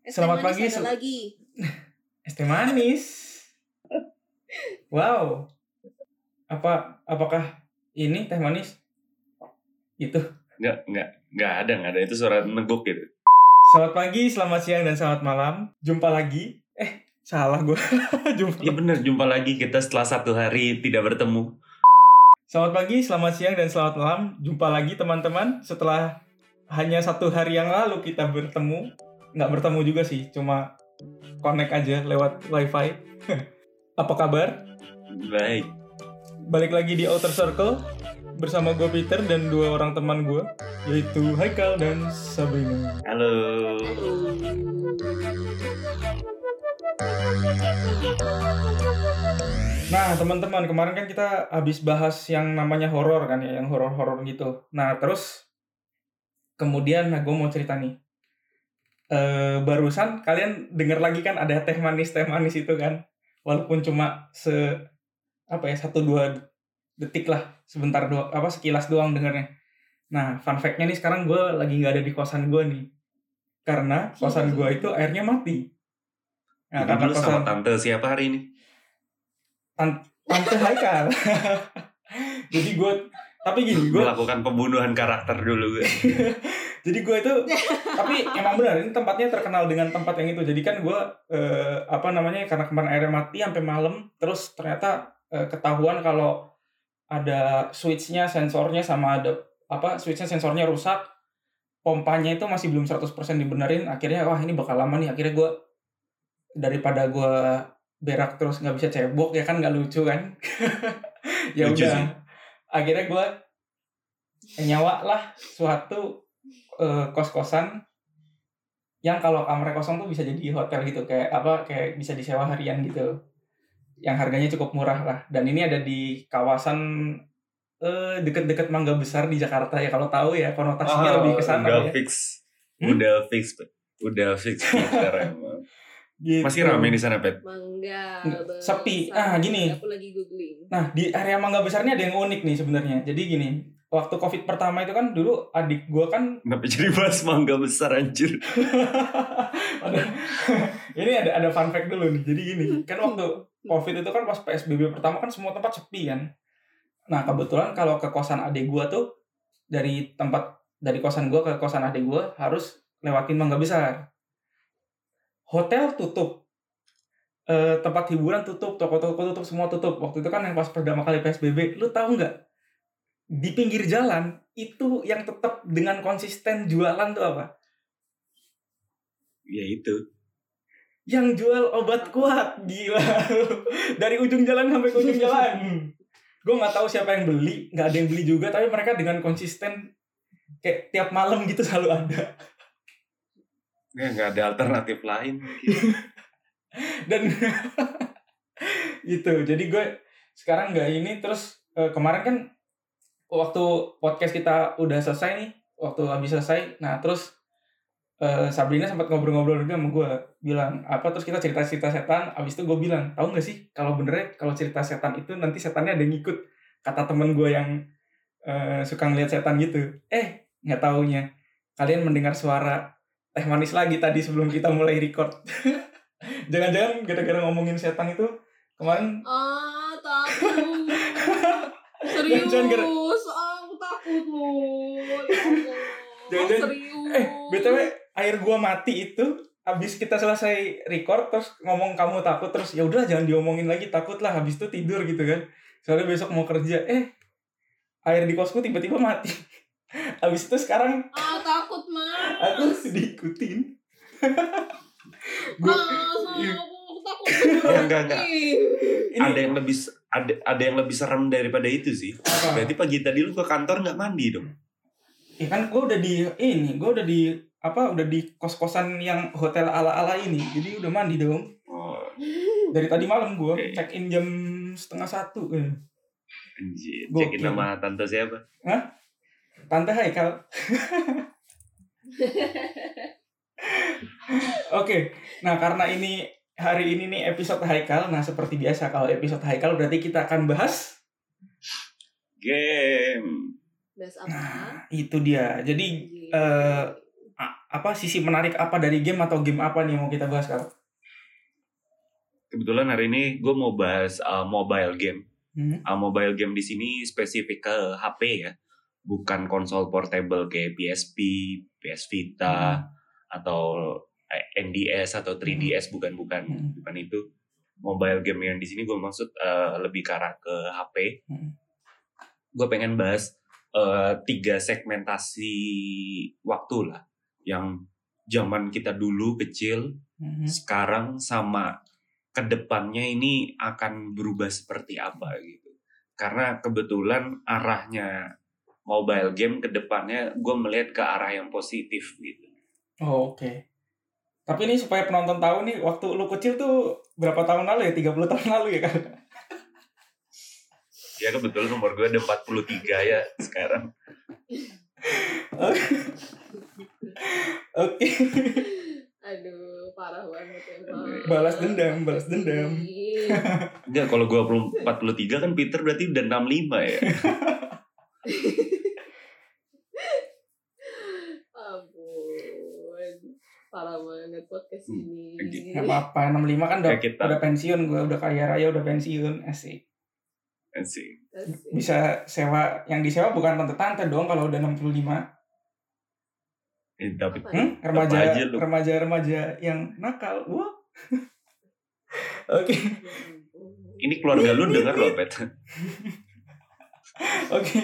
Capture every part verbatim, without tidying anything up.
Es Selamat pagi. Ada sel- lagi. Es teh manis. Wow. Apa apakah ini teh manis? Itu. Enggak, enggak, enggak ada, enggak ada. Itu suara neguk gitu. Selamat pagi, selamat siang, dan selamat malam. Jumpa lagi. Eh, salah gue. Jumpa. Iya benar, jumpa lagi kita setelah satu hari tidak bertemu. Selamat pagi, selamat siang, dan selamat malam. Jumpa lagi teman-teman. Setelah hanya satu hari yang lalu kita bertemu. Nggak bertemu juga sih, cuma connect aja lewat wifi. Apa kabar? Baik. Balik lagi di Outer Circle bersama gue Peter dan dua orang teman gue, yaitu Haikal dan Sabrina. Halo. Nah teman-teman, kemarin kan kita habis bahas yang namanya horor kan ya, yang horor-horor gitu. Nah terus kemudian nah gue mau cerita nih. Uh, barusan kalian dengar lagi kan ada teh manis teh manis itu kan, walaupun cuma se apa ya satu dua detik lah, sebentar doang, apa sekilas doang dengarnya. Nah fun fact-nya nih, sekarang gue lagi nggak ada di kosan gue nih, karena kosan gue itu airnya mati. Nah, jadi lu kosan... sama tante siapa hari ini? Tan- tante Haikal. Jadi gue tapi gini, gue melakukan pembunuhan karakter dulu gue. Jadi gue itu, tapi emang benar ini tempatnya terkenal dengan tempat yang itu. Jadi kan gue eh, apa namanya, karena kemarin airnya mati sampai malam, terus ternyata eh, ketahuan kalau ada switchnya, sensornya sama ada apa switchnya sensornya rusak, pompanya itu masih belum seratus persen dibenerin. Akhirnya wah ini bakal lama nih. Akhirnya gue daripada gue berak terus nggak bisa cebok ya kan, nggak lucu kan. Ya udah, akhirnya gue nyawa lah suatu uh, kos-kosan yang kalau kamarnya kosong tuh bisa jadi hotel gitu, kayak apa kayak bisa disewa harian gitu, yang harganya cukup murah lah. Dan ini ada di kawasan uh, deket-deket Mangga Besar di Jakarta ya, kalau tahu ya konotasinya oh, lebih ke sana udah ya. Fix. Hmm? Udah fix, udah fix sekarang. Gitu. Masih ramai di sana, Pet? Mangga Besar. Sepi. Ah, gini. Aku lagi googling. Nah, di area Mangga Besar ini ada yang unik nih sebenarnya. Jadi gini, waktu Covid pertama itu kan dulu adik gue kan... Kenapa jadi bahas Mangga Besar anjir? ada, ini ada ada fun fact dulu nih. Jadi gini, kan waktu Covid itu kan pas P S B B pertama kan semua tempat sepi kan. Nah, kebetulan kalau ke kosan adik gue tuh, dari tempat dari kosan gue ke kosan adik gue harus lewatin Mangga Besar. Hotel tutup, e, tempat hiburan tutup, toko-toko tutup, semua tutup. Waktu itu kan yang pas pertama kali P S B B, lu tahu nggak? Di pinggir jalan itu yang tetap dengan konsisten jualan tuh apa? Ya itu. Yang jual obat kuat, gila. Dari ujung jalan sampai ke ujung jalan. Gue nggak tahu siapa yang beli, nggak ada yang beli juga, tapi mereka dengan konsisten kayak tiap malam gitu selalu ada. Ya nggak ada alternatif lain. Dan itu, jadi gue sekarang nggak ini. Terus eh, kemarin kan waktu podcast kita udah selesai nih, waktu habis selesai, nah terus eh, Sabrina sempat ngobrol-ngobrol juga sama gue, bilang apa, terus kita cerita-cerita setan. Abis itu gue bilang, tahu nggak sih kalau benernya kalau cerita setan itu nanti setannya ada yang ngikut, kata temen gue yang eh, suka ngeliat setan gitu. Eh nggak taunya kalian mendengar suara teh manis lagi tadi sebelum kita mulai record. Jangan-jangan gara-gara ngomongin setan itu kemarin. Ah, takut. Serius, aku takut loh. Jangan-jangan. Oh, eh, B T W air gua mati itu habis kita selesai record terus ngomong kamu takut, terus ya udah jangan diomongin lagi, takut lah, habis itu tidur gitu kan. Soalnya besok mau kerja. Eh, air di kosku tiba-tiba mati. Habis itu sekarang ah takut Mas. Aku diikutin. Gua aku takut. Ya, enggak enggak. Ini... Ada yang lebih ada ada yang lebih serem daripada itu sih. Apa? Berarti pagi tadi lu ke kantor enggak mandi dong? Ya kan gue udah di ini, gue udah di apa udah di kos-kosan yang hotel ala-ala ini. Jadi udah mandi dong. Oh. Dari tadi malam gue okay. Check in jam setengah satu. Anjir, check in sama tante siapa? Hah? Tante Haikal. Oke, okay. Nah karena ini hari ini nih episode Haikal, nah seperti biasa kalau episode Haikal berarti kita akan bahas game. Bahas apa? Nah itu dia. Jadi uh, apa sisi menarik apa dari game atau game apa nih yang mau kita bahas kalau? Kebetulan hari ini gue mau bahas uh, mobile game. Hmm. Uh, mobile game di sini spesifik ke H P ya, bukan konsol portable kayak P S P, P S Vita, hmm. atau N D S atau three D S, bukan bukan hmm. bukan itu. Mobile game yang di sini gue maksud uh, lebih ke arah ke H P. Hmm. Gue pengen bahas uh, tiga segmentasi waktu lah, yang zaman kita dulu kecil, hmm. sekarang sama kedepannya ini akan berubah seperti apa gitu. Karena kebetulan arahnya mobile game kedepannya gue melihat ke arah yang positif gitu. Oh, oke. Okay. Tapi ini supaya penonton tahu nih, waktu lu kecil tuh berapa tahun lalu ya? tiga puluh tahun lalu ya kan? Ya kebetulan umur gue ada empat puluh tiga ya sekarang. Oke. Okay. Aduh, parah banget emang. Balas dendam, balas dendam. Enggak, kalau gue empat puluh tiga kan Peter berarti udah enam puluh lima ya. Ampun. Parah banget podcast ini. Gak apa-apa, enam puluh lima kan udah, kita... udah pensiun, gue udah kaya raya, udah pensiun. Asik. Asik. Bisa sewa, yang disewa bukan tante-tante dong kalau udah enam puluh lima. Eh, tapi hmm? remaja remaja remaja yang nakal. Wah. Oke. Okay. Ini keluarga lu dengar loh, Pet. Oke.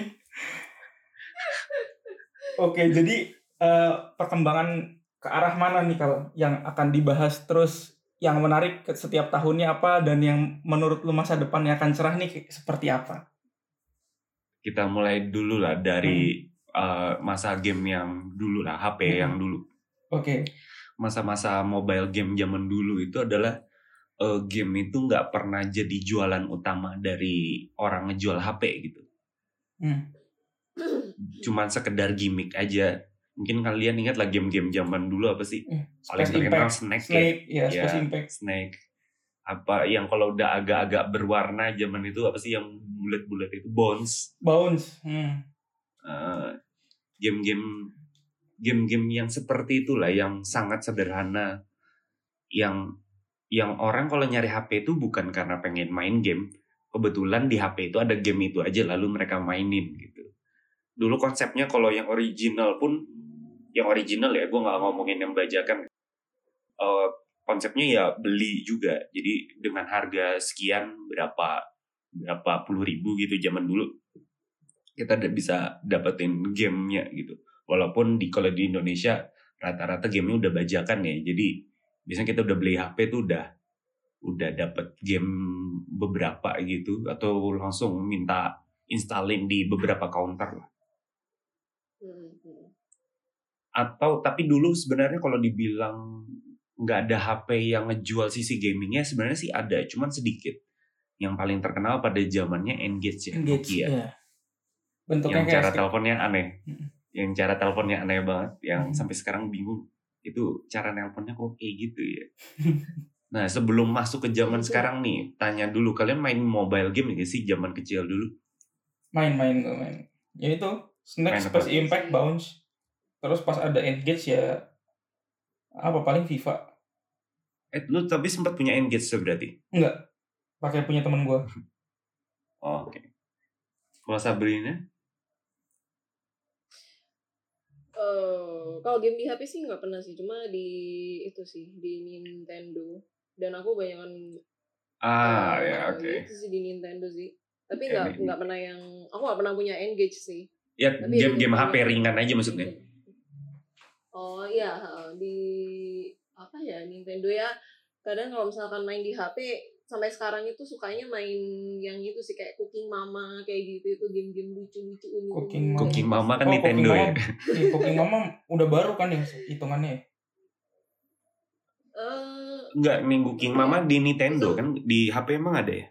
Oke, jadi uh, perkembangan ke arah mana nih kalau yang akan dibahas terus, yang menarik setiap tahunnya apa, dan yang menurut lu masa depannya akan cerah nih seperti apa? Kita mulai dulu lah dari hmm. Uh, masa game yang dulu lah, H P hmm. yang dulu. Oke. Okay. Masa-masa mobile game zaman dulu itu adalah uh, game itu nggak pernah jadi jualan utama dari orang ngejual H P gitu. Hmm. Cuman sekedar gimmick aja. Mungkin kalian ingat lah game-game zaman dulu apa sih? Hmm. Paling terkenal Snake, Snake ya, ya, Space Impact. Snake. Apa yang kalau udah agak-agak berwarna zaman itu apa sih yang bulat-bulat itu? Bones. Bones. Hmm. Uh, game-game game-game yang seperti itulah, yang sangat sederhana, yang yang orang kalau nyari H P itu bukan karena pengen main game, kebetulan di H P itu ada game itu aja lalu mereka mainin gitu. Dulu konsepnya kalau yang original pun, yang original ya, gue nggak ngomongin yang bajakan, uh, konsepnya ya beli juga, jadi dengan harga sekian berapa berapa puluh ribu gitu zaman dulu kita udah bisa dapetin gamenya gitu. Walaupun di kalau di Indonesia rata-rata gamenya udah bajakan ya. Jadi biasanya kita udah beli H P tuh udah udah dapet game beberapa gitu, atau langsung minta installin di beberapa counter lah. Atau tapi dulu sebenarnya kalau dibilang nggak ada H P yang ngejual sisi gamingnya, sebenarnya sih ada, cuman sedikit. Yang paling terkenal pada zamannya Engage ya, Engage, Nokia. Ya. Bentuknya yang cara teleponnya aneh, hmm. yang cara teleponnya aneh banget, yang hmm. sampai sekarang bingung itu cara nelponnya kok kayak gitu ya. Nah sebelum masuk ke zaman sekarang nih, tanya dulu, kalian main mobile game nggak sih zaman kecil dulu? Main-main gue main. Ya itu Snake, Space Impact, Bounce. Terus pas ada Engage ya apa paling FIFA. Eh lu tapi sempat punya Engage berarti? Enggak, pakai punya temen gue. Oh, oke. Okay. Kalau Sabrina? Uh, kalau game di H P sih nggak pernah sih, cuma di itu sih di Nintendo, dan aku banyakan ah uh, ya oke okay. Itu sih di Nintendo sih, tapi nggak nggak pernah yang aku nggak pernah punya Engage sih ya. Tapi game-game H P ringan aja maksudnya. Oh iya, di apa ya, Nintendo ya. Kadang kalau misalkan main di H P sampai sekarang itu sukanya main yang itu sih, kayak Cooking Mama kayak gitu, itu game-game lucu-lucu unik. Cooking, Cooking Mama kan oh, Nintendo Cooking ya. Iya, Cooking Mama udah baru kan ya hitungannya. Uh, Enggak, nih Cooking Mama di Nintendo kan, di H P emang ada ya?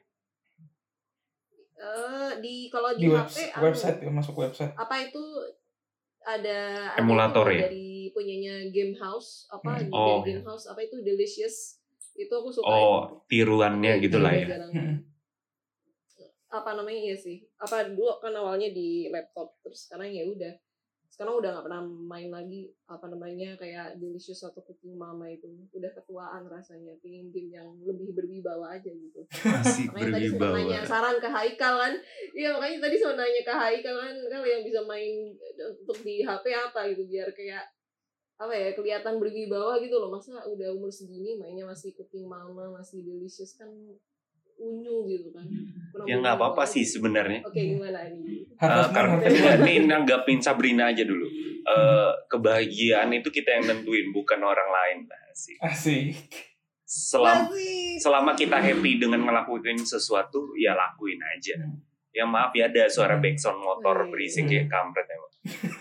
Uh, di kalau di, di H P web, website ya, masuk website. Apa itu ada emulator ada ya? Dari punyanya Game House apa hmm. dari oh, Game House apa itu Delicious. Itu aku suka. Oh, tiruannya gitu lah ya. Hmm. Apa namanya ya sih? Apa dulu kan awalnya di laptop, terus sekarang ya udah sekarang udah nggak pernah main lagi apa namanya kayak Delicious atau Cooking Mama itu, udah ketuaan rasanya, pengen game yang lebih berwibawa aja gitu. Asik Makanya tadi sempat nanya berwibawa. saran ke Haikal kan, iya makanya tadi sempat nanya ke Haikal kan, kalau yang bisa main untuk di H P apa gitu biar kayak apa ya kelihatan berwibawa gitu loh, masa udah umur segini mainnya masih Cooking Mama, masih Delicious kan unyu gitu kan. Kurang Ya nggak apa-apa berwibawa sih aja. sebenarnya. Oke gimana nih? Uh, Harvest Moon, karena Harvest Moon. ini nanggapin Sabrina aja dulu. Uh, kebahagiaan itu kita yang nentuin, bukan orang lain. Asik. Asik. Selama, Asik. selama kita happy dengan ngelakuin sesuatu, ya lakuin aja. Ya maaf ya ada suara backsound motor berisik ya kampret emang.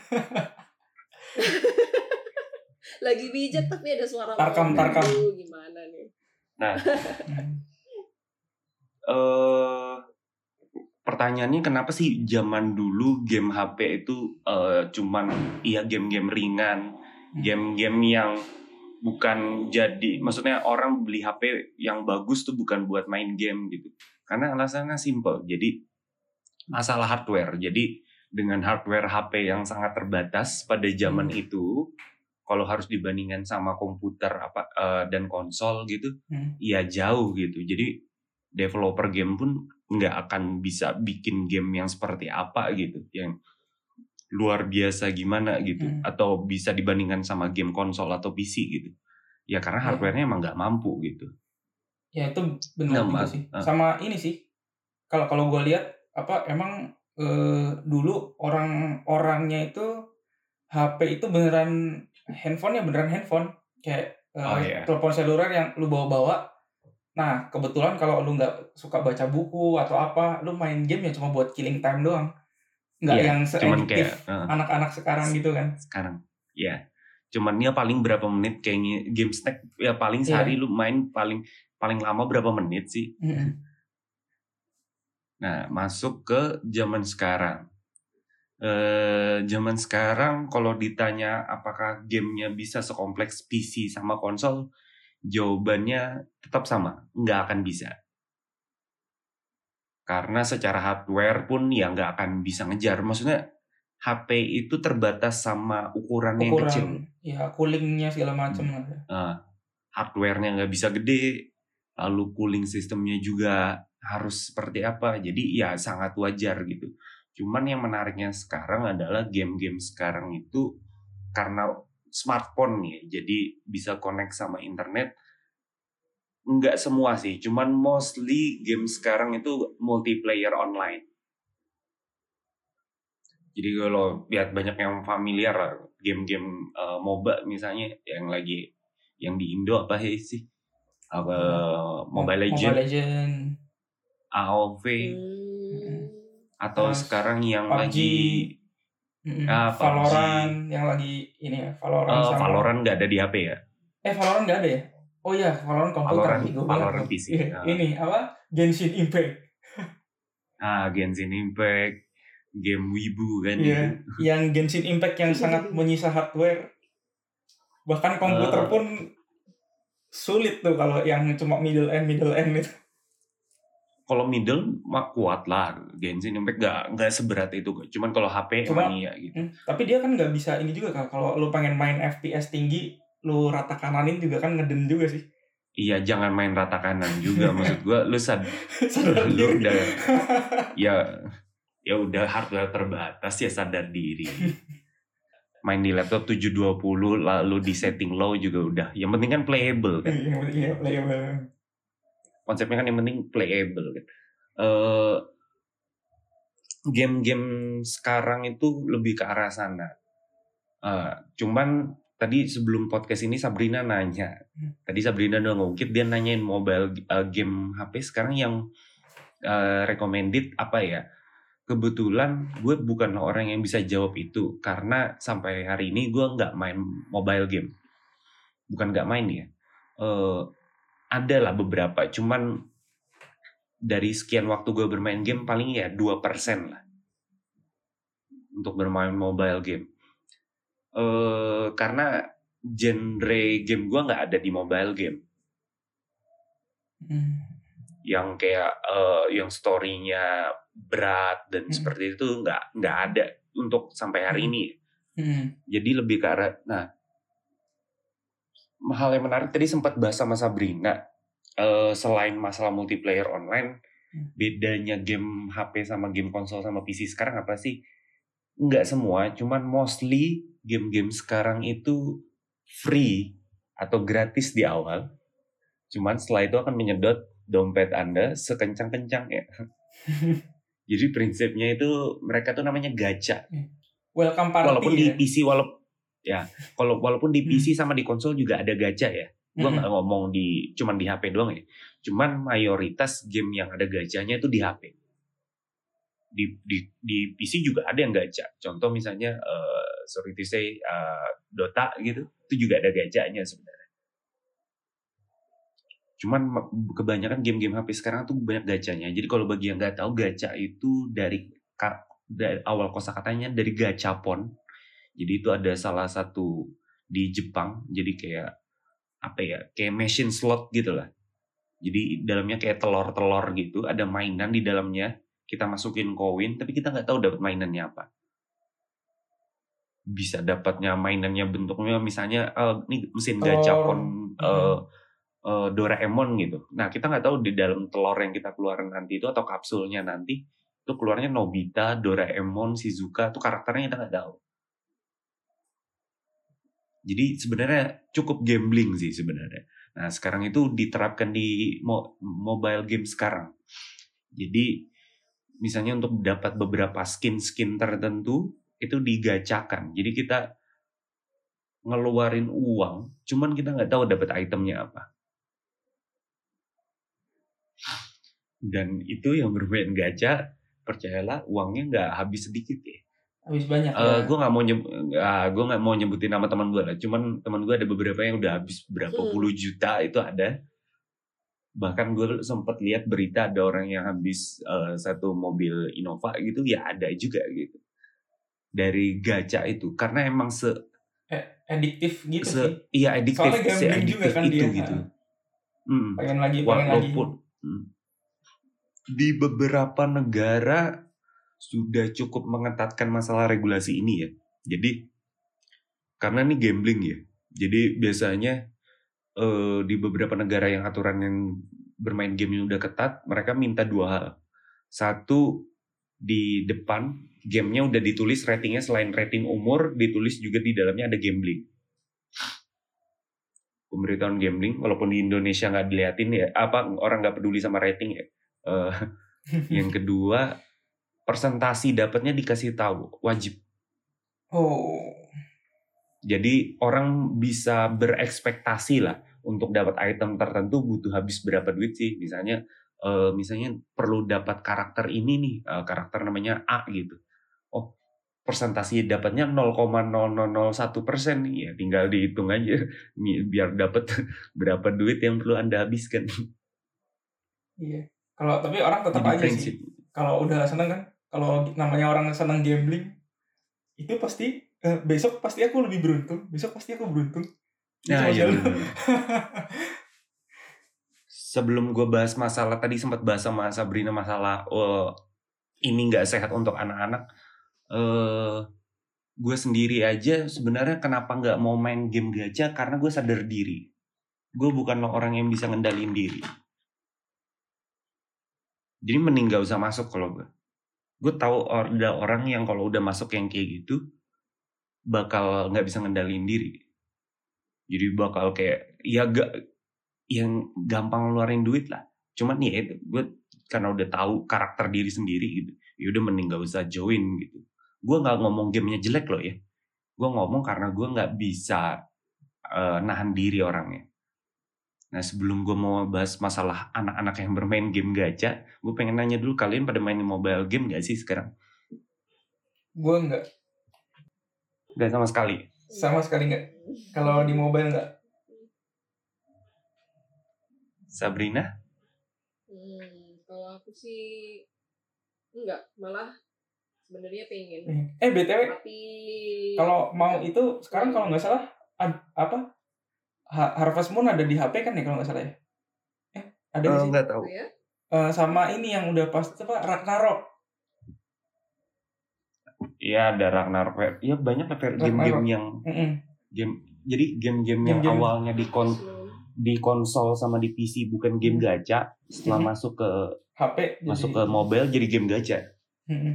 Lagi bijak tapi ada suara Tarkam, motor. tarkam. Gimana nih? Nah, uh, pertanyaannya kenapa sih zaman dulu game H P itu uh, cuman iya game-game ringan, game-game yang bukan jadi, maksudnya orang beli H P yang bagus tuh bukan buat main game gitu. Karena alasannya simple, jadi masalah hardware. Jadi dengan hardware H P yang sangat terbatas pada zaman hmm. itu, kalau harus dibandingkan sama komputer apa uh, dan konsol gitu, hmm. ya jauh gitu. Jadi developer game pun nggak akan bisa bikin game yang seperti apa gitu, yang luar biasa gimana gitu, hmm. atau bisa dibandingkan sama game konsol atau P C gitu. Ya karena hardware-nya emang nggak mampu gitu. Ya itu benar juga sih. Uh. Sama ini sih, kalau kalau gue lihat apa emang eh, dulu orang-orangnya itu H P itu beneran handphone ya beneran handphone kayak eh, oh, yeah. telepon seluler yang lu bawa-bawa. Nah, kebetulan kalau lu nggak suka baca buku atau apa, lu main game ya cuma buat killing time doang. Nggak yeah, yang se-addictive uh, anak-anak sekarang se- gitu kan. Sekarang, ya. Yeah. Cuman ya paling berapa menit kayaknya game snack ya paling sehari yeah. lu main paling paling lama berapa menit sih. Mm-hmm. Nah, masuk ke zaman sekarang. Eh, zaman sekarang kalau ditanya apakah gamenya bisa sekompleks P C sama konsol, jawabannya tetap sama, nggak akan bisa. Karena secara hardware pun ya nggak akan bisa ngejar. Maksudnya H P itu terbatas sama ukurannya Ukuran, yang kecil. Ya, coolingnya segala macam. Hmm. Uh, hardware-nya nggak bisa gede, lalu cooling sistemnya juga harus seperti apa. Jadi ya sangat wajar gitu. Cuman yang menariknya sekarang adalah game-game sekarang itu karena smartphone nih, jadi bisa connect sama internet. Enggak semua sih, cuman mostly game sekarang itu multiplayer online. Jadi kalau lihat banyak yang familiar lah, game-game uh, MOBA misalnya yang lagi yang di Indo apa sih? Apa Mobile Legends, Mobile Legend, A O V, hmm. atau Terus sekarang yang P U B G, lagi mm-hmm. ah, Valorant yang lagi ini ya, Valorant uh, sama Valorant nggak ada di H P ya? Eh Valorant nggak ada ya? Oh iya, Valorant komputer. Valorant, Valorant P C. Nah. Ini apa? Genshin Impact. Ah, Genshin Impact, game wibu kan yeah. itu. Yang Genshin Impact yang sangat menyisa hardware. Bahkan komputer uh, pun sulit tuh kalau yang cuma middle end middle end itu. Kalau middle mah kuat lah, Genshin Impact nggak nggak seberat itu, cuman kalau H P cuma, emang iya gitu. Hmm, tapi dia kan nggak bisa ini juga kan, kalau lu pengen main F P S tinggi, lu rata kananin juga kan ngeden juga sih. Iya, jangan main rata kanan juga, maksud gua lu sad, lu udah ya ya udah hardware terbatas ya sadar diri. Main di laptop tujuh dua puluh lalu di setting low juga udah. Yang penting kan playable kan. Iya, playable. Konsepnya kan yang penting playable kan. Uh, game-game sekarang itu lebih ke arah sana. Uh, cuman tadi sebelum podcast ini Sabrina nanya. Tadi Sabrina udah ngungkit, dia nanyain mobile uh, game H P sekarang yang uh, recommended apa ya. Kebetulan gue bukan orang yang bisa jawab itu. Karena sampai hari ini gue gak main mobile game. Bukan gak main ya. Uh, Ada lah beberapa, cuman dari sekian waktu gue bermain game paling ya dua persen lah untuk bermain mobile game. Uh, karena genre game gue nggak ada di mobile game. Hmm. Yang kayak uh, yang story-nya berat dan hmm. seperti itu nggak nggak ada untuk sampai hari hmm. ini. Hmm. Jadi lebih ke arah, nah hal yang menarik tadi sempat bahas sama Sabrina, uh, selain masalah multiplayer online, hmm. bedanya game H P sama game konsol sama P C sekarang apa sih? Nggak semua, cuman mostly game-game sekarang itu free atau gratis di awal, cuman setelah itu akan menyedot dompet Anda sekencang-kencang ya. Jadi prinsipnya itu mereka tuh namanya gacha. Welcome party. Walaupun ya? di P C walaupun ya, kalau walaupun di P C sama di konsol juga ada gacha ya. Gua nggak hmm. ngomong di cuman di H P doang ya. Cuman mayoritas game yang ada gachanya itu di H P. Di di di P C juga ada yang gacha. Contoh misalnya uh, sorry to say uh, Dota gitu, itu juga ada gachanya sebenarnya. Cuman kebanyakan game-game H P sekarang tuh banyak gachanya. Jadi kalau bagi yang nggak tahu, gacha itu dari, dari awal kosakatanya dari gachapon. Jadi itu ada salah satu di Jepang. Jadi kayak apa ya? Kayak machine slot gitu lah. Jadi dalamnya kayak telur-telur gitu. Ada mainan di dalamnya. Kita masukin koin, tapi kita nggak tahu dapat mainannya apa. Bisa dapatnya mainannya bentuknya misalnya, uh, ini mesin gachapon. Oh. Uh, Uh, Doraemon gitu. Nah kita nggak tahu di dalam telur yang kita keluarin nanti itu atau kapsulnya nanti itu keluarnya Nobita, Doraemon, Shizuka, itu karakternya kita nggak tahu. Jadi sebenarnya cukup gambling sih sebenarnya. Nah sekarang itu diterapkan di mo- mobile game sekarang. Jadi misalnya untuk dapat beberapa skin-skin tertentu itu digacakan. Jadi kita ngeluarin uang, cuman kita nggak tahu dapat itemnya apa. Dan itu yang bermain gacha, percayalah uangnya nggak habis sedikit ya. Habis banyak uh, ya. Gue nggak mau nyebut, uh, gue nggak mau nyebutin nama teman gue lah. Cuman teman gue ada beberapa yang udah habis berapa hmm. puluh juta itu ada. Bahkan gue sempat lihat berita ada orang yang habis uh, satu mobil Innova gitu, ya ada juga gitu. Dari gacha itu, karena emang se eh, adiktif gitu se, sih. Iya adiktif, soalnya gambling juga kan itu dia. Gitu. Hmm. Pengen lagi, pengen Walaupun, lagi. Hmm. Di beberapa negara sudah cukup mengetatkan masalah regulasi ini ya. Jadi karena ini gambling ya. Jadi biasanya eh, di beberapa negara yang aturan yang bermain game udah ketat, mereka minta dua hal. Satu, di depan gamenya udah ditulis ratingnya, selain rating umur ditulis juga di dalamnya ada gambling. Pemberitahuan gambling, walaupun di Indonesia nggak diliatin ya, apa orang nggak peduli sama rating ya. Uh, yang kedua, presentasi dapatnya dikasih tahu, wajib. Oh. Jadi orang bisa berekspektasi lah untuk dapat item tertentu butuh habis berapa duit sih. Misalnya, uh, misalnya perlu dapat karakter ini nih, uh, karakter namanya A gitu. Oh, presentasi dapatnya nol koma nol nol nol satu persen nih, ya tinggal dihitung aja biar dapat berapa duit yang perlu Anda habiskan. Iya. Kalau tapi orang tetap jadi aja prinsip. Sih. Kalau udah seneng kan, kalau namanya orang seneng gambling, itu pasti eh, besok pasti aku lebih beruntung, besok pasti aku beruntung. Nah, iya. Sebelum gue bahas masalah tadi sempat bahas sama Sabrina masalah oh, ini nggak sehat untuk anak-anak. Uh, gue sendiri aja sebenarnya kenapa nggak mau main game gacha karena gue sadar diri. Gue bukanlah orang yang bisa ngendalin diri. Jadi mending gak usah masuk kalau gue. Gue tahu ada orang yang kalau udah masuk yang kayak gitu bakal nggak bisa ngendalin diri. Jadi bakal kayak ya gak yang gampang ngeluarin duit lah. Cuman ya itu gue karena udah tahu karakter diri sendiri gitu. Ya udah mending gak usah join gitu. Gue nggak ngomong gamenya jelek loh ya. Gue ngomong karena gue nggak bisa uh, nahan diri orangnya. Nah sebelum gue mau bahas masalah anak-anak yang bermain game gacha, gue pengen nanya dulu, kalian pada main mobile game gak sih sekarang? Gue enggak. Enggak sama sekali? Sama sekali enggak. Kalau di mobile enggak. Sabrina? Hmm, kalau aku sih enggak, malah sebenarnya pengen. Eh B T W, tapi kalau mau itu sekarang kalau nggak salah ad, apa? Harvest Moon ada di H P kan ya kalau nggak salah ya? Eh ada uh, sih? Nggak tahu. Uh, sama ini yang udah pas apa Ragnarok. Iya, ada Ragnarok. Ya banyak lah game-game yang Mm-mm. game. Jadi game-game yang Game-game. awalnya di kon di konsol sama di P C bukan game Hmm. gacha, setelah Hmm. masuk ke H P masuk jadi. ke mobile jadi game gacha. Mm-mm.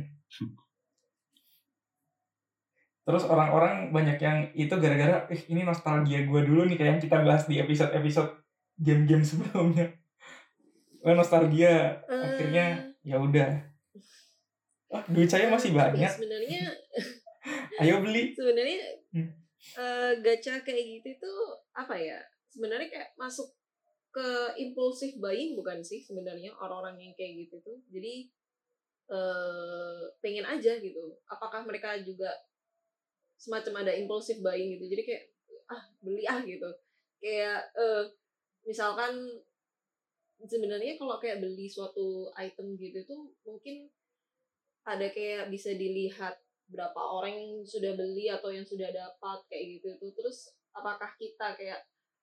Terus orang-orang banyak yang itu gara-gara eh ini nostalgia gue dulu nih kayak yang kita bahas di episode-episode game-game sebelumnya. Oh, nostalgia Uh, akhirnya ya udah. Oh, duit saya masih tapi banyak. sebenarnya Ayo beli. sebenarnya Hmm. uh, gacha kayak gitu itu apa ya? Sebenarnya kayak masuk ke impulsif buying bukan sih sebenarnya orang-orang yang kayak gitu tuh. Jadi uh, pengen aja gitu. Apakah mereka juga semacam ada impulsif buying gitu? Jadi kayak ah beli ah gitu. Kayak uh, misalkan sebenarnya kalau kayak beli suatu item gitu tuh mungkin ada kayak bisa dilihat berapa orang yang sudah beli atau yang sudah dapat kayak gitu tuh. Terus apakah kita kayak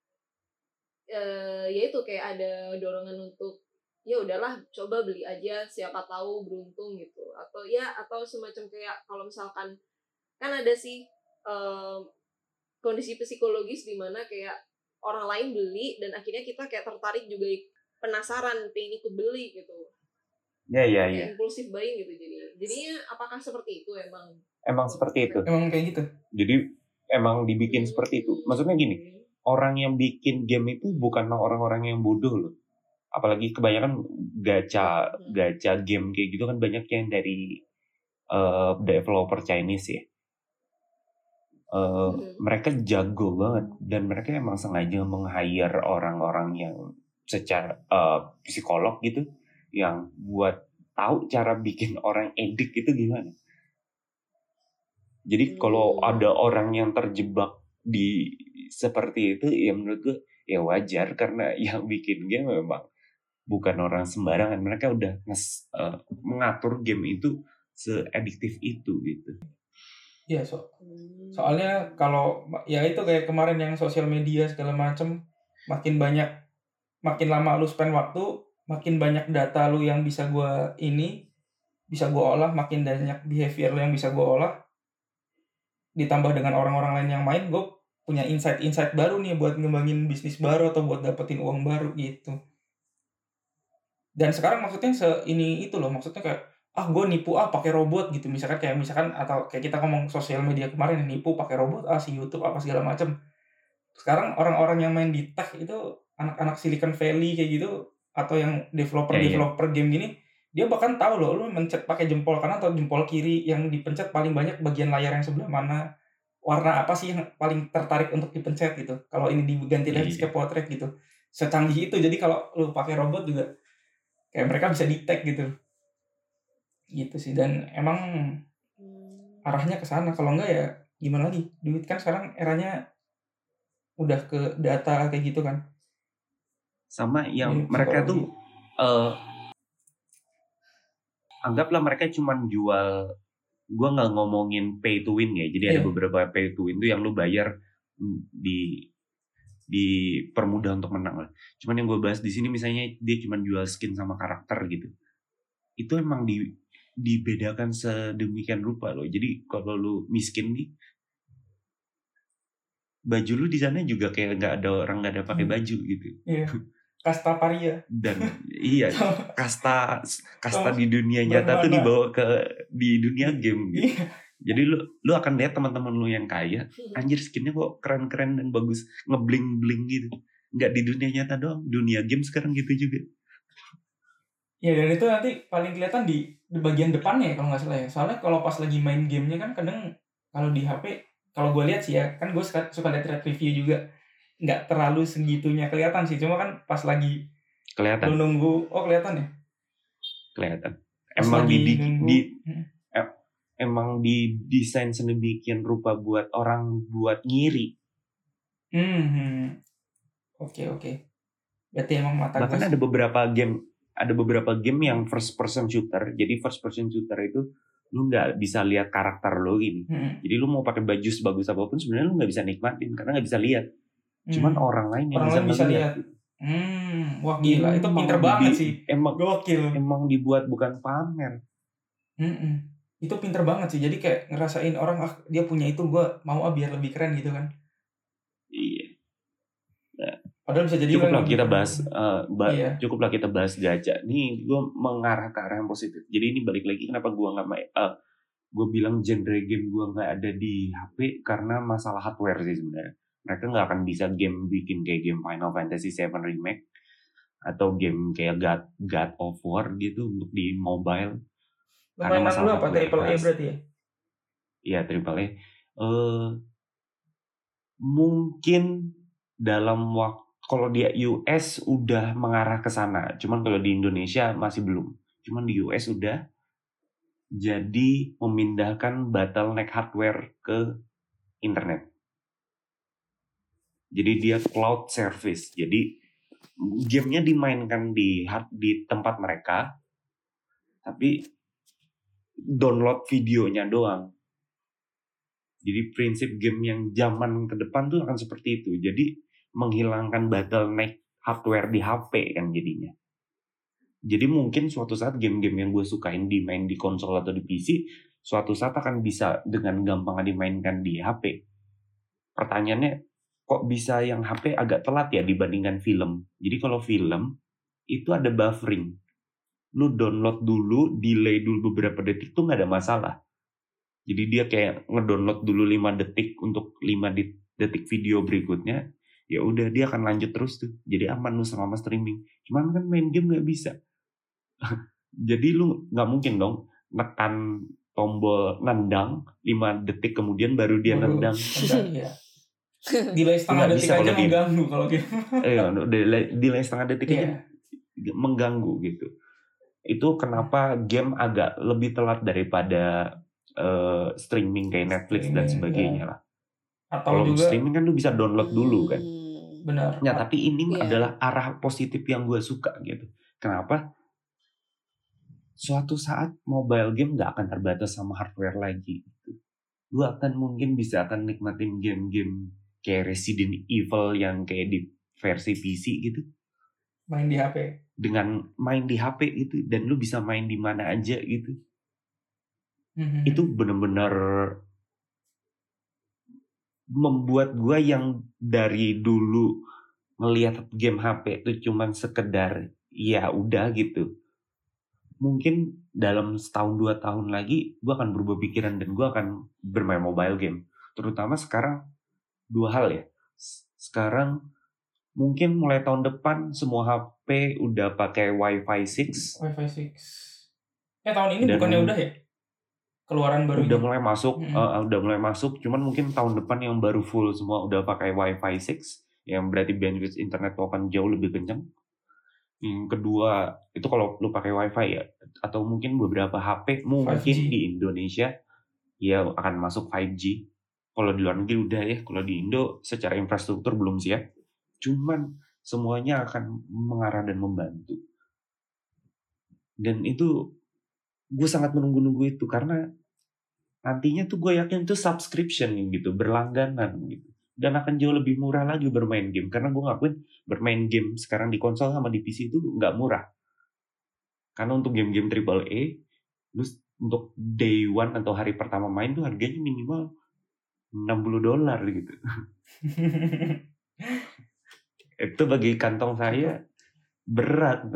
eh, ya itu kayak ada dorongan untuk ya udahlah coba beli aja siapa tahu beruntung gitu, atau ya atau semacam kayak kalau misalkan kan ada sih eh, kondisi psikologis di mana kayak orang lain beli dan akhirnya kita kayak tertarik juga penasaran pengen ikut beli gitu. Ya ya Kayak ya. impulsif buying gitu jadi. Jadinya apakah seperti itu emang? Emang seperti itu. Emang kayak gitu. Jadi emang dibikin Hmm. seperti itu. Maksudnya gini, orang yang bikin game itu bukanlah orang-orang yang bodoh loh. Apalagi kebanyakan gacha Hmm. gacha game kayak gitu kan banyak yang dari uh, developer Chinese ya. Uh, Hmm. Mereka jago banget dan mereka emang sengaja meng-hire orang-orang yang secara uh, psikolog gitu yang buat tahu cara bikin orang edik itu gimana. Jadi kalau Hmm. ada orang yang terjebak di seperti itu ya menurut gue ya wajar karena yang bikin game memang bukan orang sembarangan. Mereka udah nges, uh, mengatur game itu seadiktif itu gitu. Iya, so, soalnya kalau ya itu kayak kemarin yang sosial media segala macem makin banyak, makin lama lu spend waktu, makin banyak data lu yang bisa gua ini bisa gua olah, makin banyak behavior lu yang bisa gua olah, ditambah dengan orang-orang lain yang main, gue punya insight-insight baru nih buat ngembangin bisnis baru atau buat dapetin uang baru gitu. Dan sekarang maksudnya se ini itu loh, maksudnya kayak ah gue nipu ah pakai robot gitu, misalkan kayak misalkan atau kayak kita ngomong sosial media kemarin nipu pakai robot ah si YouTube apa segala macam. Sekarang orang-orang yang main di tech itu anak-anak Silicon Valley kayak gitu atau yang developer developer game gini, dia bahkan tahu loh lu mencet pakai jempol kanan atau jempol kiri, yang dipencet paling banyak bagian layar yang sebelah mana, warna apa sih yang paling tertarik untuk dipencet gitu. Kalau ini diganti landscape portrait gitu, secanggih itu. Jadi kalau lu pakai robot juga kayak mereka bisa detect gitu. Gitu sih, dan emang arahnya ke sana. Kalau enggak ya gimana lagi, duit kan sekarang eranya udah ke data kayak gitu kan. Sama yang Jadi, mereka psikologi. tuh uh, anggaplah mereka cuman jual, gue nggak ngomongin pay to win ya, jadi yeah. ada beberapa pay to win tuh yang lu bayar di di permudah untuk menang lah. Cuman yang gue bahas di sini misalnya dia cuman jual skin sama karakter gitu, itu emang di dibedakan sedemikian rupa loh. Jadi kalau lu miskin nih, baju lu di sana juga kayak nggak ada orang nggak ada pakai baju gitu. Iya. Kasta paria. Dan iya, kasta kasta di dunia nyata tuh dibawa ke di dunia game gitu. Iya. Jadi lu lu akan lihat teman-teman lu yang kaya, anjir skinnya kok keren-keren dan bagus, ngebling-bling gitu. Nggak di dunia nyata doang, dunia game sekarang gitu juga. Ya, dan itu nanti paling kelihatan di, di bagian depannya ya kalau nggak salah ya. Soalnya kalau pas lagi main gamenya kan kadang kalau di H P, kalau gue lihat sih ya, kan gue suka, suka lihat review juga, nggak terlalu segitunya kelihatan sih. Cuma kan pas lagi kelihatan. lu nunggu, oh kelihatan ya? Kelihatan. Pas emang di, di, di hmm. em, emang didesain sedemikian rupa buat orang buat ngiri. Hmm. hmm. Oke oke. Berarti emang mata gue. Bahkan ada beberapa game ada beberapa game yang first person shooter. Jadi first person shooter itu lu nggak bisa lihat karakter lu gini. Hmm. Jadi lu mau pakai baju sebagus apapun sebenarnya lu nggak bisa nikmatin karena nggak bisa lihat. Hmm. Cuman orang lain yang orang bisa, lain bisa lihat. Hmm, wah gila, itu pinter banget di, sih. Emang gokil. Emang dibuat bukan pamer. Hmm. itu pinter banget sih. Jadi kayak ngerasain orang ah dia punya itu gue mau ah biar lebih keren gitu kan. Iya. Nah, padahal bisa jadi cukuplah kita bahas uh, ba- iya. cukuplah kita bahas gacha. Nih gue mengarah ke arah yang positif. Jadi ini balik lagi kenapa gue nggak main. Uh, gue bilang genre game gue nggak ada di H P karena masalah hardware sih sebenarnya. Mereka nggak akan bisa game bikin kayak game Final Fantasy seven Remake atau game kayak God God of War gitu untuk di mobile. Karena masalah apa? Triple A berarti ya? Iya triple A. Uh, mungkin dalam waktu kalau di U S udah mengarah ke sana, cuman kalau di Indonesia masih belum. Cuman di U S udah. Jadi memindahkan bottleneck hardware ke internet. Jadi dia cloud service. Jadi gamenya dimainkan di di tempat mereka, tapi download videonya doang. Jadi prinsip game yang zaman ke depan tuh akan seperti itu. Jadi menghilangkan bottleneck hardware di H P kan jadinya. Jadi mungkin suatu saat game-game yang gue sukain dimain di konsol atau di P C, suatu saat akan bisa dengan gampang dimainkan di H P. Pertanyaannya, kok bisa yang H P agak telat ya dibandingkan film? Jadi kalau film, itu ada buffering. Lu download dulu, delay dulu beberapa detik tuh gak ada masalah. Jadi dia kayak ngedownload dulu lima detik untuk lima detik video berikutnya. Ya udah dia akan lanjut terus tuh. Jadi aman lu selama streaming. Cuman kan main game gak bisa. Jadi lu gak mungkin dong nekan tombol nendang lima detik kemudian baru dia Waduh, nendang. Iya. Delay setengah detik aja mengganggu kalau gitu. Iya, delay, delay setengah detik yeah. aja mengganggu gitu. Itu kenapa game agak lebih telat daripada uh, streaming kayak Netflix streaming, dan sebagainya ya. lah. Atau kalau juga streaming kan lu bisa download dulu kan. Benar. Nah, tapi ini yeah. adalah arah positif yang gue suka gitu. Kenapa? Suatu saat mobile game gak akan terbatas sama hardware lagi gitu. Lu akan mungkin bisa akan nikmatin game-game kayak Resident Evil yang kayak di versi P C gitu. Main di H P. Dengan main di H P gitu. Dan lu bisa main di mana aja gitu. Mm-hmm. Itu benar-benar membuat gue yang dari dulu ngelihat game H P itu cuman sekedar ya udah gitu. Mungkin dalam setahun dua tahun lagi gue akan berubah pikiran dan gue akan bermain mobile game. Terutama sekarang dua hal ya. Sekarang mungkin mulai tahun depan semua H P udah pakai Wi-Fi six. Wi-Fi six. Eh tahun ini dan bukannya udah ya? Keluaran baru udah mulai masuk, hmm. uh, udah mulai masuk. Cuman mungkin tahun depan yang baru full semua udah pakai Wi-Fi six, yang berarti bandwidth internet akan jauh lebih kencang. Yang kedua itu kalau lu pakai Wi-Fi ya, atau mungkin beberapa H P mungkin five G. Di Indonesia ya akan masuk five G. Kalau di luar negeri udah ya, kalau di Indo secara infrastruktur belum siap. Cuman semuanya akan mengarah dan membantu. Dan itu gue sangat menunggu-nunggu itu karena nantinya tuh gue yakin itu subscription gitu, berlangganan gitu. Dan akan jauh lebih murah lagi bermain game. Karena gue ngakuin bermain game sekarang di konsol sama di P C itu nggak murah. Karena untuk game-game triple A, terus untuk day one atau hari pertama main tuh harganya minimal enam puluh dolar gitu. Itu bagi kantong saya berat.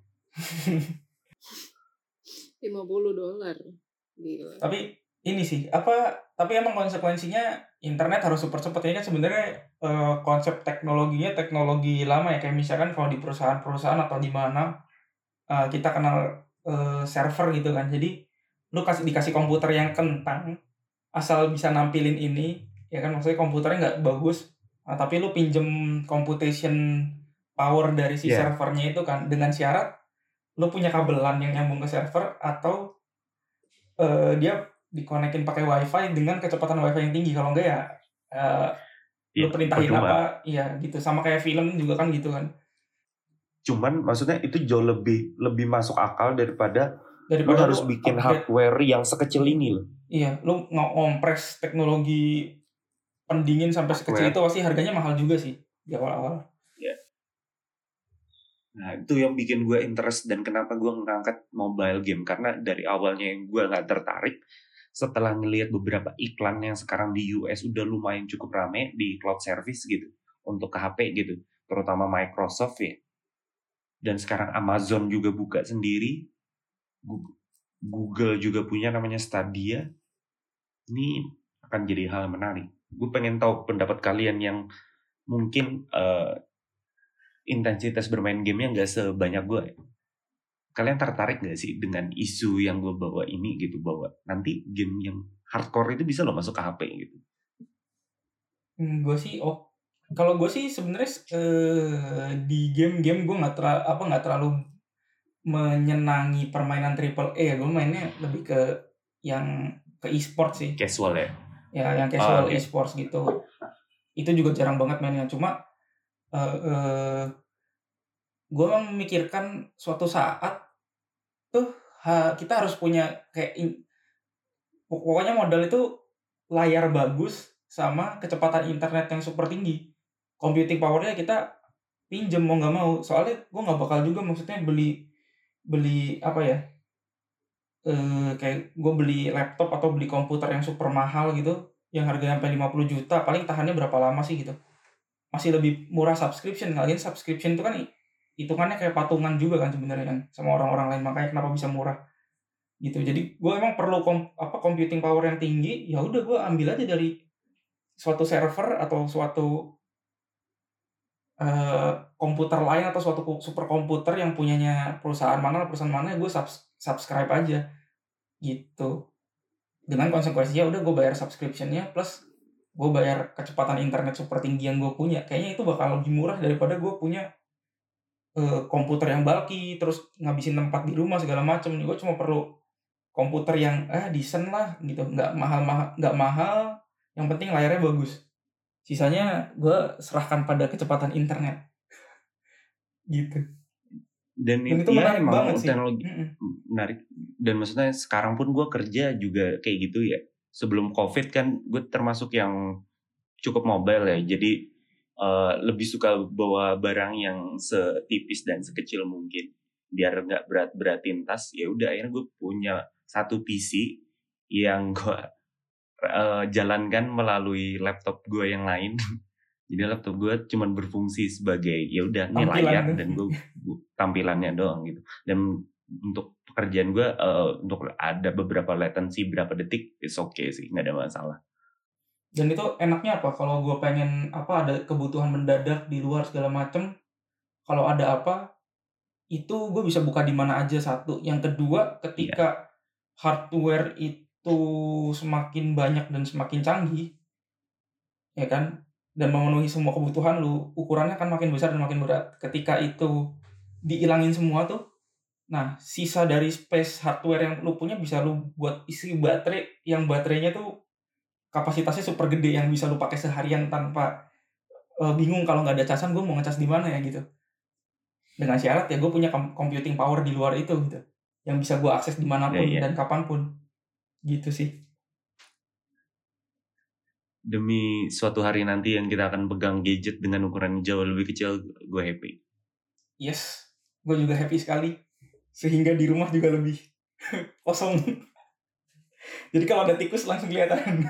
lima puluh dolar. Gila. Tapi ini sih, apa tapi emang konsekuensinya internet harus super cepat. Ini kan sebenarnya uh, konsep teknologinya teknologi lama ya, kayak misalkan kalau di perusahaan-perusahaan atau di mana uh, kita kenal uh, server gitu kan. Jadi lu kasih dikasih komputer yang kentang asal bisa nampilin ini, ya kan, maksudnya komputernya nggak bagus, nah, tapi lu pinjem computation power dari si yeah. servernya itu kan, dengan syarat lu punya kabelan yang nyambung ke server atau uh, dia dikonekin pakai wifi dengan kecepatan wifi yang tinggi. Kalau enggak ya uh, ya, lu perintahin percuma. Apa iya gitu, sama kayak film juga kan gitu kan. Cuman maksudnya itu jauh lebih lebih masuk akal daripada, daripada lu harus lu bikin upgrade hardware yang sekecil ini loh. Iya, lu ngompres teknologi pendingin sampai hardware sekecil itu pasti harganya mahal juga sih di awal-awal. Nah itu yang bikin gue interest dan kenapa gue ngangkat mobile game. Karena dari awalnya yang gue gak tertarik, setelah ngelihat beberapa iklan yang sekarang di U S udah lumayan cukup rame di cloud service gitu untuk ke H P gitu, terutama Microsoft ya, dan sekarang Amazon juga buka sendiri, Google juga punya namanya Stadia. Ini akan jadi hal menarik. Gue pengen tahu pendapat kalian yang mungkin uh, intensitas bermain gamenya nggak sebanyak gue. Kalian tertarik gak sih dengan isu yang gue bawa ini gitu, bahwa nanti game yang hardcore itu bisa loh masuk ke H P gitu? Hmm, gue sih, oh, kalau gue sih sebenarnya eh, di game-game gue nggak terlalu apa nggak terlalu menyenangi permainan triple A. Gue mainnya lebih ke yang ke e-sport sih. Casual ya? Ya, yang casual oh, okay. e-sports gitu. Itu juga jarang banget mainnya. Cuma uh, uh, gue memikirkan suatu saat tuh ha, kita harus punya kayak in, pokoknya modal itu layar bagus sama kecepatan internet yang super tinggi. Computing powernya kita pinjem mau nggak mau. Soalnya gue nggak bakal juga maksudnya beli beli apa ya? Uh, kayak gue beli laptop atau beli komputer yang super mahal gitu, yang harganya sampai lima puluh juta, paling tahannya berapa lama sih gitu. Masih lebih murah subscription. Kalian subscription itu kan hitungannya kayak patungan juga kan sebenarnya kan sama orang-orang lain, makanya kenapa bisa murah gitu. Jadi gue emang perlu kom, apa computing power yang tinggi, ya udah gue ambil aja dari suatu server atau suatu uh, komputer lain atau suatu super komputer yang punyanya perusahaan mana perusahaan mana, gue subs, subscribe aja gitu. Dengan konsekuensinya udah gue bayar subscriptionnya plus gue bayar kecepatan internet super tinggi yang gue punya. Kayaknya itu bakal lebih murah daripada gue punya uh, komputer yang bulky terus ngabisin tempat di rumah segala macam. Gue cuma perlu komputer yang eh decent lah gitu, nggak mahal-mahal, nggak mahal, yang penting layarnya bagus. Sisanya gue serahkan pada kecepatan internet gitu. Dan, dan itu ya emang teknologi menarik. Dan maksudnya sekarang pun gue kerja juga kayak gitu ya. Sebelum COVID kan gue termasuk yang cukup mobile ya. Jadi uh, lebih suka bawa barang yang setipis dan sekecil mungkin biar nggak berat-beratin tas. Ya udah akhirnya gue punya satu P C yang gue uh, jalankan melalui laptop gue yang lain. Jadi laptop gue cuma berfungsi sebagai ya udah ini layar dan gue tampilannya doang gitu. Dan untuk pekerjaan gue uh, untuk ada beberapa latency berapa detik is okay sih, nggak ada masalah. Dan itu enaknya apa? Kalau gue pengen apa ada kebutuhan mendadak di luar segala macem, kalau ada apa itu gue bisa buka di mana aja, satu. Yang kedua, ketika yeah. hardware itu semakin banyak dan semakin canggih, ya kan, dan memenuhi semua kebutuhan lu, ukurannya kan makin besar dan makin berat. Ketika itu dihilangin semua tuh, nah sisa dari space hardware yang lu punya bisa lu buat isi baterai yang baterainya tuh kapasitasnya super gede yang bisa lu pakai seharian tanpa uh, bingung kalau nggak ada casan gue mau ngecas di mana ya gitu. Dengan syarat ya gue punya computing power di luar itu gitu, yang bisa gue akses dimanapun yeah, yeah. dan kapanpun gitu sih. Demi suatu hari nanti yang kita akan pegang gadget dengan ukuran jauh lebih kecil, gue happy. Yes, gue juga happy sekali. Sehingga di rumah juga lebih kosong. Jadi kalau ada tikus langsung kelihatan.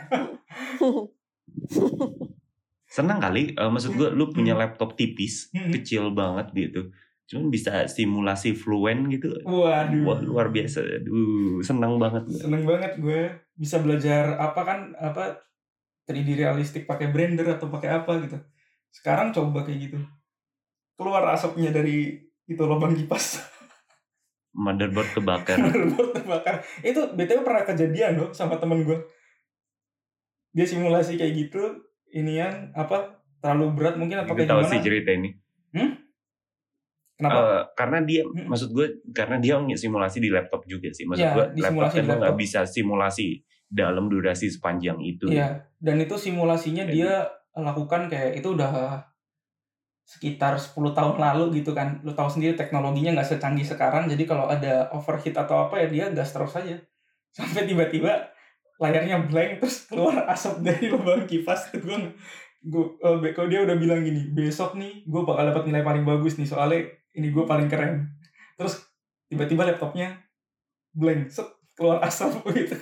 Senang kali, uh, maksud gue lu punya laptop tipis, hmm. kecil banget gitu. Cuman bisa simulasi Fluent gitu. Waduh. Wah, luar biasa. Aduh, senang banget gue. Senang banget gue. Bisa belajar apa kan, apa tiga D realistik pakai Blender atau pakai apa gitu. Sekarang coba kayak gitu. Keluar asapnya dari itu lubang kipas. Motherboard kebakar. Motherboard kebakar. Itu B T W pernah kejadian loh sama temen gue. Dia simulasi kayak gitu, inian apa terlalu berat mungkin atau kayak gimana? Tahu sih cerita ini. Hmm? Kenapa? Uh, karena dia, hmm. maksud gue, karena dia simulasi di laptop juga sih. Maksud ya, gue, laptop kan nggak bisa simulasi dalam durasi sepanjang itu. Iya, dan itu simulasinya kayak dia gitu. Lakukan kayak itu udah sekitar sepuluh tahun lalu gitu kan. Lu tahu sendiri teknologinya nggak secanggih sekarang, jadi kalau ada overheat atau apa ya dia gas terus aja. Sampai tiba-tiba layarnya blank terus keluar asap dari lubang kipas. Tuh gue, gue uh, kalau dia udah bilang gini, besok nih gue bakal dapat nilai paling bagus nih soalnya ini gue paling keren. Terus tiba-tiba laptopnya blank, set, keluar asap gitu.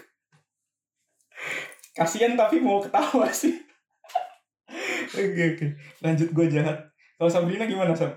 Kasian tapi mau ketawa sih. Oke oke, lanjut, gue jahat. Kalau Sabrina gimana, Sab?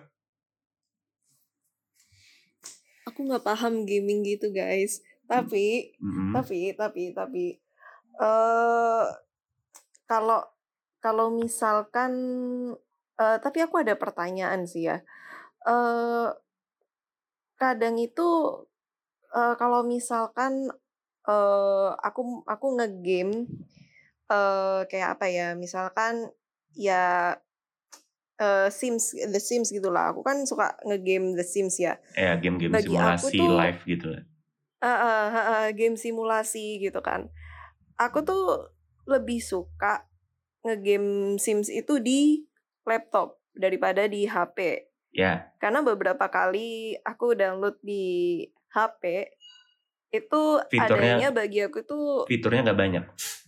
Aku nggak paham gaming gitu guys. Tapi, Mm-hmm. tapi, tapi, tapi, uh, kalau kalau misalkan, uh, tapi aku ada pertanyaan sih ya. Uh, kadang itu uh, kalau misalkan uh, aku aku ngegame, uh, kayak apa ya? Misalkan ya. Uh, Sims, The Sims gitulah. Aku kan suka ngegame The Sims ya. Ya, game-game Bagi aku simulasi tuh, live gitu lah. Uh, uh, uh, uh, game simulasi gitu kan. Aku tuh lebih suka ngegame Sims itu di laptop daripada di H P. Ya. Karena beberapa kali aku download di H P itu Fiturnya, adanya bagi aku tuh fiturnya nggak banyak.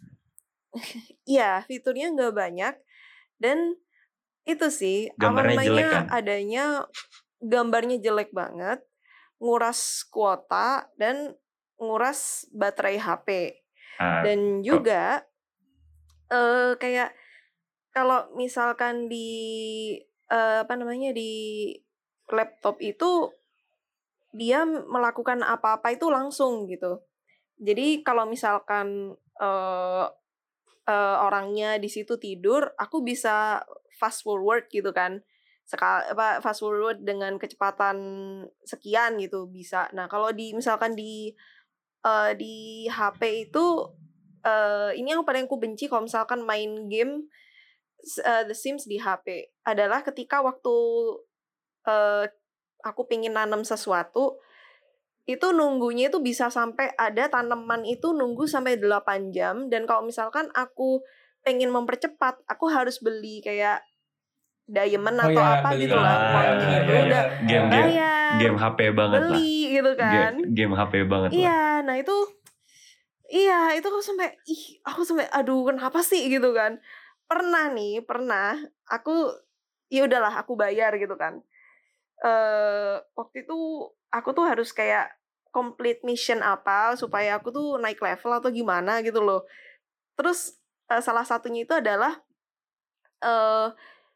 Iya, fiturnya nggak banyak dan itu sih gambarnya apa namanya jelek kan? adanya gambarnya jelek banget, nguras kuota dan nguras baterai H P. Ah, Dan juga uh, kayak kalau misalkan di uh, apa namanya di laptop itu dia melakukan apa-apa itu langsung gitu. Jadi kalau misalkan uh, uh, orangnya di situ tidur, aku bisa fast forward gitu kan. Sekal apa fast forward dengan kecepatan sekian gitu bisa. Nah, kalau di misalkan di uh, di H P itu uh, ini yang paling aku benci kalau misalkan main game uh, The Sims di H P adalah ketika waktu uh, aku pengen nanam sesuatu itu nunggunya itu bisa sampai ada tanaman itu nunggu sampai delapan jam dan kalau misalkan aku pengen mempercepat aku harus beli kayak diamond Oh atau ya, apa beli gitu lah Ah, coin benar, gitu benar, udah benar. game game bayar game H P banget lah. beli gitu kan. Game, game H P banget lah. Iya, nah itu iya itu aku sampai ih aku sampai aduh kenapa sih gitu kan. Pernah nih pernah aku ya udahlah aku bayar gitu kan. Uh, waktu itu aku tuh harus kayak complete mission apa supaya aku tuh naik level atau gimana gitu loh. Terus uh, salah satunya itu adalah uh,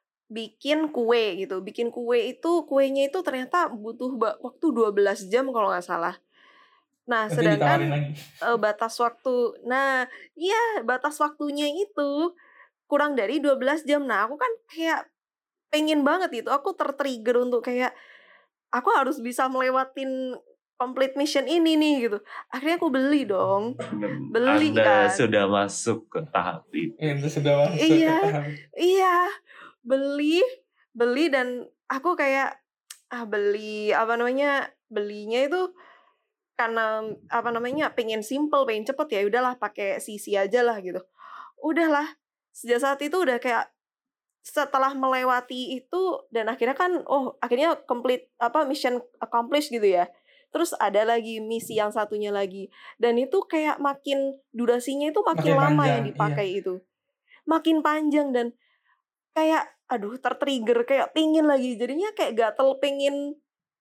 bikin kue gitu. Bikin kue itu kuenya itu ternyata butuh waktu dua belas jam kalau nggak salah. Nah, Nanti sedangkan uh, batas waktu, nah iya batas waktunya itu kurang dari dua belas jam. Nah, aku kan kayak pengen banget itu, aku tertrigger untuk kayak aku harus bisa melewatin complete mission ini nih gitu. Akhirnya aku beli dong. Beli Anda kan. sudah masuk ke tahap itu. Anda sudah masuk iya, ke tahap. Iya. Beli, beli dan aku kayak ah beli apa namanya? Belinya itu karena apa namanya? Pengen simple, pengen cepet ya udahlah pakai C C aja lah gitu. Udahlah. Sejak saat itu udah kayak setelah melewati itu dan akhirnya kan oh akhirnya complete apa mission accomplished gitu ya. Terus ada lagi misi yang satunya lagi dan itu kayak makin durasinya itu makin, makin lama panjang, yang dipakai iya. Itu makin panjang dan kayak aduh tertrigger kayak pingin lagi jadinya kayak gatel pengen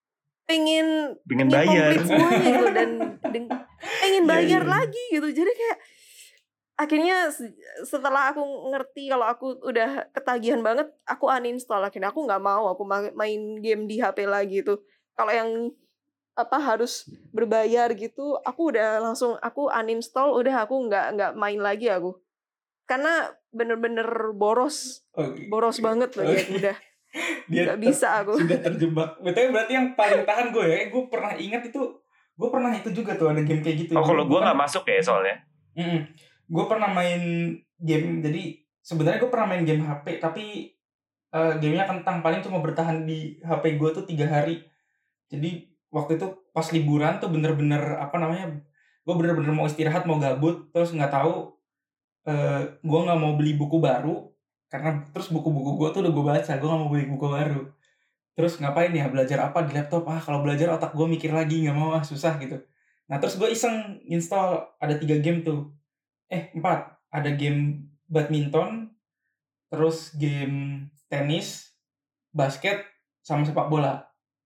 pengen pengen bayar semuanya gitu dan, dan pengen bayar yeah, yeah. lagi gitu jadi kayak akhirnya setelah aku ngerti kalau aku udah ketagihan banget aku uninstall akhirnya aku nggak mau aku main game di H P lagi itu kalau yang apa harus berbayar gitu aku udah langsung aku uninstall udah aku nggak nggak main lagi aku karena bener-bener boros okay. boros banget loh okay. Dia udah dia nggak bisa aku sudah terjebak betul berarti yang paling tahan gue ya gue pernah ingat itu gue pernah itu juga tuh ada game kayak gitu oh kalau gue nggak masuk ya soalnya mm, gue pernah main game jadi sebenarnya gue pernah main game H P tapi uh, gamenya kentang paling cuma bertahan di H P gue tuh tiga hari jadi waktu itu pas liburan tuh bener-bener apa namanya gue bener-bener mau istirahat mau gabut terus nggak tahu uh, gue nggak mau beli buku baru karena terus buku-buku gue tuh udah gue baca gue nggak mau beli buku baru terus ngapain ya belajar apa di laptop ah kalau belajar otak gue mikir lagi nggak mau ah susah gitu nah terus gue iseng install ada tiga game tuh eh empat ada game badminton terus game tenis basket sama sepak bola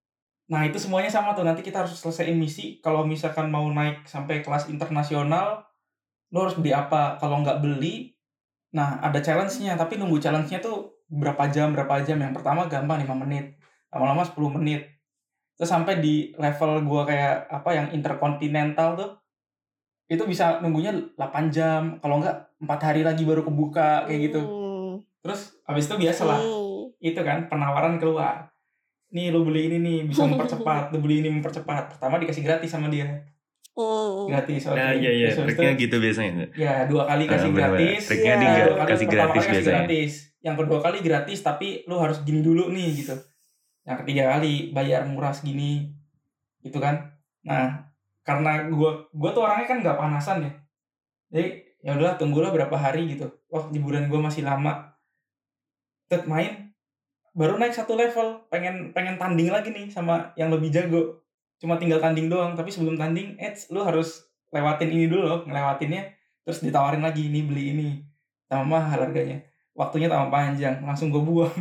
Nah itu semuanya sama tuh, nanti kita harus selesaiin misi. Kalau misalkan mau naik sampai kelas internasional, lo harus beli apa. Kalau nggak beli, nah ada challenge-nya, tapi nunggu challenge-nya tuh berapa jam, berapa jam. Yang pertama gampang lima menit, lama-lama sepuluh menit. Terus sampai di level gua kayak apa yang interkontinental tuh, itu bisa nunggunya delapan jam, kalau nggak empat hari lagi baru kebuka, kayak gitu. Hmm. Terus habis itu biasalah, Hmm. itu kan penawaran keluar. Nih lu beli ini nih bisa mempercepat, lu beli ini mempercepat. Pertama dikasih gratis sama dia. Hmm. Gratis. Nah, oke. iya iya, Terus habis triknya itu, gitu biasanya. ya dua kali Ah, kasih benar-benar. gratis. Triknya Iya. dia Dua nggak kali, kasih pertama gratis kali kasih biasanya. gratis. Yang kedua kali gratis tapi lu harus gini dulu nih gitu. Yang ketiga kali bayar murah segini. Gitu kan. Nah, karena gua gua tuh orangnya kan nggak panasan ya. Jadi ya udahlah tunggulah berapa hari gitu. Wah, liburan gua masih lama. Tet main baru naik satu level, pengen pengen tanding lagi nih sama yang lebih jago. Cuma tinggal tanding doang, tapi sebelum tanding, eh lu harus lewatin ini dulu loh, ngelewatinnya terus ditawarin lagi, ini beli ini. Tambah mahal harganya. Waktunya tambah panjang, langsung gue buang.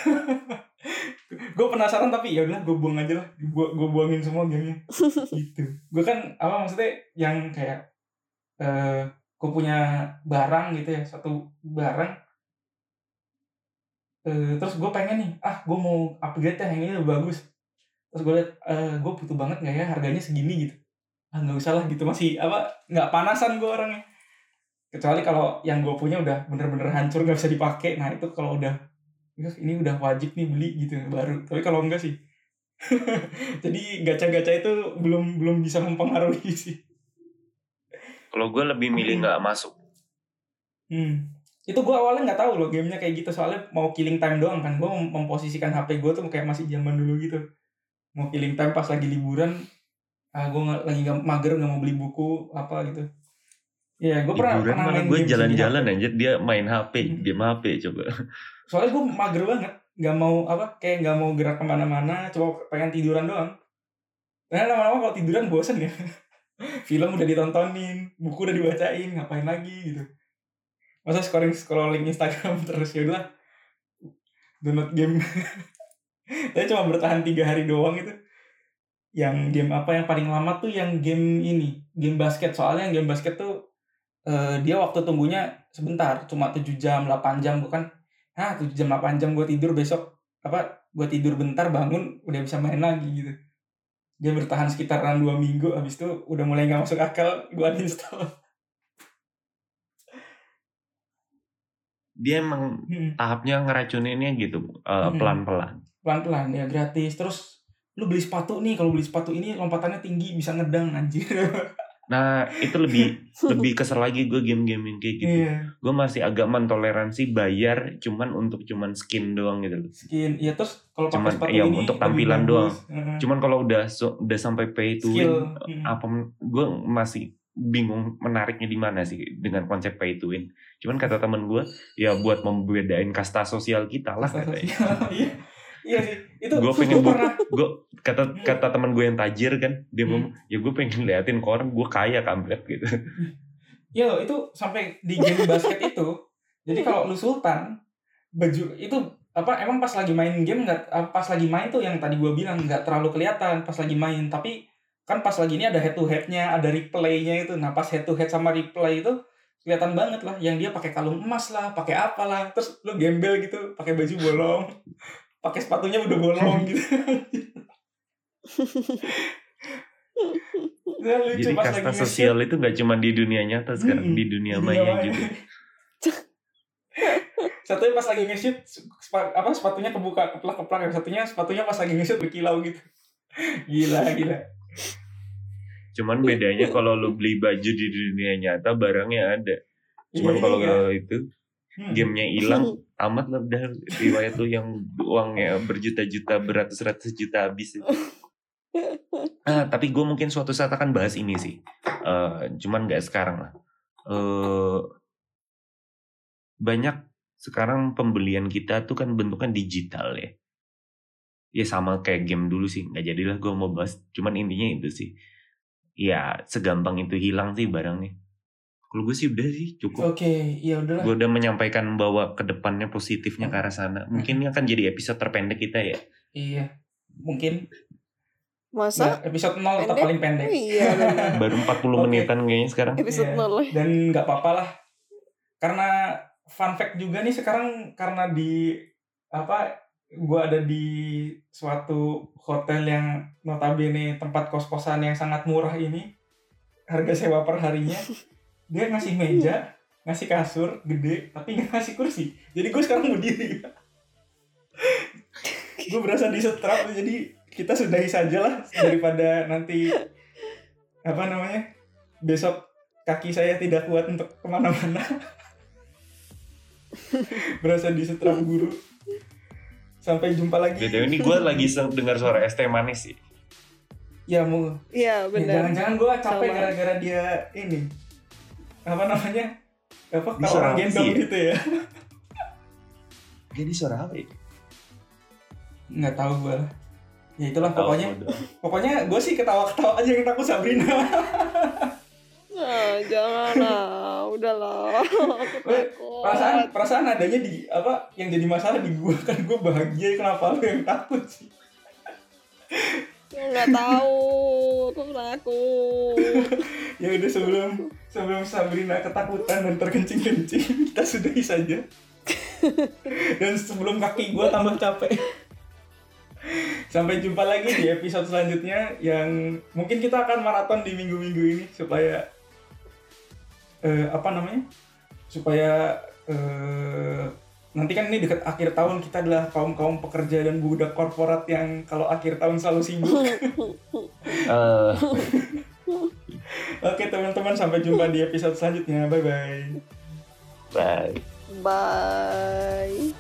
Gue penasaran tapi ya udah gue buang aja lah. Gue gue buangin semua gamenya. Gitu. Gue kan apa maksudnya yang kayak eh gue punya barang gitu ya, satu barang. Eh, terus gue pengen nih, ah gue mau upgrade ya, yang ini lebih bagus. Terus gue liat, eh, gue butuh banget nggak ya harganya segini gitu. Ah nggak usah lah gitu, masih apa nggak panasan gue orangnya. Kecuali kalau yang gue punya udah bener-bener hancur nggak bisa dipakai, nah itu kalau udah ini udah wajib nih beli gitu baru. Tapi kalau enggak sih, jadi gacha-gacha itu belum belum bisa mempengaruhi sih. Kalau gue lebih milih nggak masuk. Hmm. Itu gue awalnya nggak tahu loh gamenya kayak gitu, soalnya mau killing time doang kan. Gue mem- memposisikan H P gue tuh kayak masih zaman dulu gitu, mau killing time pas lagi liburan. Ah gue nggak lagi nggak mager, nggak mau beli buku apa gitu. Iya, gue pernah Liburan pernah malah main gue game sih di H P. jalan-jalan aja, dia main H P, Hmm. game H P coba. Soalnya gue mager banget, nggak mau apa kayak nggak mau gerak kemana-mana, coba pengen tiduran doang. Karena lama-lama kalau tiduran bosen ya. Film udah ditontonin, buku udah dibacain, ngapain lagi gitu. Masa scrolling scrolling Instagram terus, ya udah download game. Tapi cuma bertahan tiga hari doang itu. Yang game apa yang paling lama tuh yang game ini, game basket. Soalnya yang game basket tuh eh, dia waktu tunggunya sebentar, cuma tujuh jam, delapan jam. Bukan, ah tujuh jam, delapan jam gue tidur, besok apa gue tidur bentar bangun udah bisa main lagi gitu. Dia bertahan sekitaran dua minggu, habis itu udah mulai nggak masuk akal, gue uninstall. Dia emang Hmm. tahapnya ngeracuninnya gitu, uh, Hmm. pelan-pelan. Pelan-pelan ya, gratis. Terus lu beli sepatu nih, kalau beli sepatu ini lompatannya tinggi, bisa ngedang anjir. Nah itu lebih lebih kesel lagi gue game-game yang kayak gitu. Iya, Gue masih agak mentoleransi bayar cuman untuk cuman skin doang gitu loh. skin. Iya, terus kalau pakai Cuman sepatu ya ini untuk lebih tampilan bagus. doang. Heeh. Cuman kalau udah so- udah sampai pay to win, Skill. Hmm. apa gue masih bingung menariknya di mana sih dengan konsep pay to win. Cuman kata temen gue, ya buat membedain kasta sosial kita lah Kasta katanya. sosial. Iya. Iya sih. Itu Gue pengen gua bu- pernah. gue kata kata temen gue yang tajir kan, dia Hmm. ngomong, ya gue pengen liatin ke orang gue kaya kampret gitu. Iya loh, itu sampai di game basket itu. Jadi kalau lu sultan, baju itu apa emang pas lagi main game nggak ah, pas lagi main tuh yang tadi gua bilang nggak terlalu kelihatan pas lagi main, tapi kan pas lagi ini ada head to headnya, ada replaynya itu. Nah pas head to head sama replay itu kelihatan banget lah, yang dia pakai kalung emas lah, pakai apalah, terus lu gembel gitu, pakai baju bolong, pakai sepatunya udah bolong gitu. Nah, lucu Jadi pas kasta lagi sosial nge-shoot. itu gak cuma di dunia nyata sekarang, Mm-mm, di dunia di maya maya. juga. Satunya pas lagi nge-shoot sepa- apa sepatunya kebuka keplak-keplak, yang satunya sepatunya pas lagi nge-shoot berkilau gitu. Gila, gila. Cuman bedanya kalau lu beli baju di dunia nyata barangnya ada. Cuman Iya, kalau iya. kalau itu Hmm. gamenya hilang, amat lah udah riwayat lu yang uangnya berjuta-juta, beratus-ratus juta habis. Ah, tapi gue mungkin suatu saat akan bahas ini sih. Eh, cuman gak sekarang lah. Eh, banyak sekarang pembelian kita tuh kan bentuknya digital ya. Ya sama kayak game dulu sih. Gak jadilah gue mau bahas. Cuman intinya itu sih. Ya segampang itu hilang sih barangnya. Kalau gue sih udah sih cukup. Oke, ya udahlah. Gue udah menyampaikan bahwa kedepannya positifnya ke arah sana. Mungkin ini akan jadi episode terpendek kita ya. Iya, mungkin Masa? Nggak, episode nol tetap Pendek? paling pendek. Oh, iya benar. Baru empat puluh Oke. menitan kayaknya sekarang. Episode Iya. nol. Dan nggak apa-apa lah. Karena fun fact juga nih sekarang, karena di apa gue ada di suatu hotel yang notabene tempat kos-kosan yang sangat murah ini, harga sewa per harinya dia ngasih meja, ngasih kasur gede, tapi nggak ngasih kursi. Jadi gue sekarang mau diri. Gue berasa disetrap, jadi kita sudahi saja lah daripada nanti apa namanya besok kaki saya tidak kuat untuk kemana-mana. Berasa disetrap guru. Sampai jumpa lagi. B T W ini gue lagi seng- dengar suara es teh manis sih. Ya mau. Iya Ya, benar. jangan-jangan gue capek Sama. gara-gara dia ini apa namanya apa Ini kalau suara orang apa gendong sih ya? gitu ya. Jadi suara apa ya? Nggak tahu gue lah. Ya itulah Tahu, pokoknya. udah. Pokoknya gue sih ketawa-ketawa aja yang takut Sabrina. Nah, jangan lah, udahlah. Aku Weh, takut. perasaan perasaan adanya di apa yang jadi masalah di gue, kan gue bahagia, kenapa lu yang takut sih? Aku nggak tahu, aku takut. Ya udah, sebelum sebelum Sabrina ketakutan dan terkencing-kencing, kita sudahi saja. Dan sebelum kaki gue tambah capek. Sampai jumpa lagi di episode selanjutnya yang mungkin kita akan maraton di minggu-minggu ini supaya eh, apa namanya? Supaya eh, nanti kan ini dekat akhir tahun, kita adalah kaum-kaum pekerja dan budak korporat yang kalau akhir tahun selalu sibuk. Eh, Oke teman-teman, sampai jumpa di episode selanjutnya. Bye-bye. bye. Bye.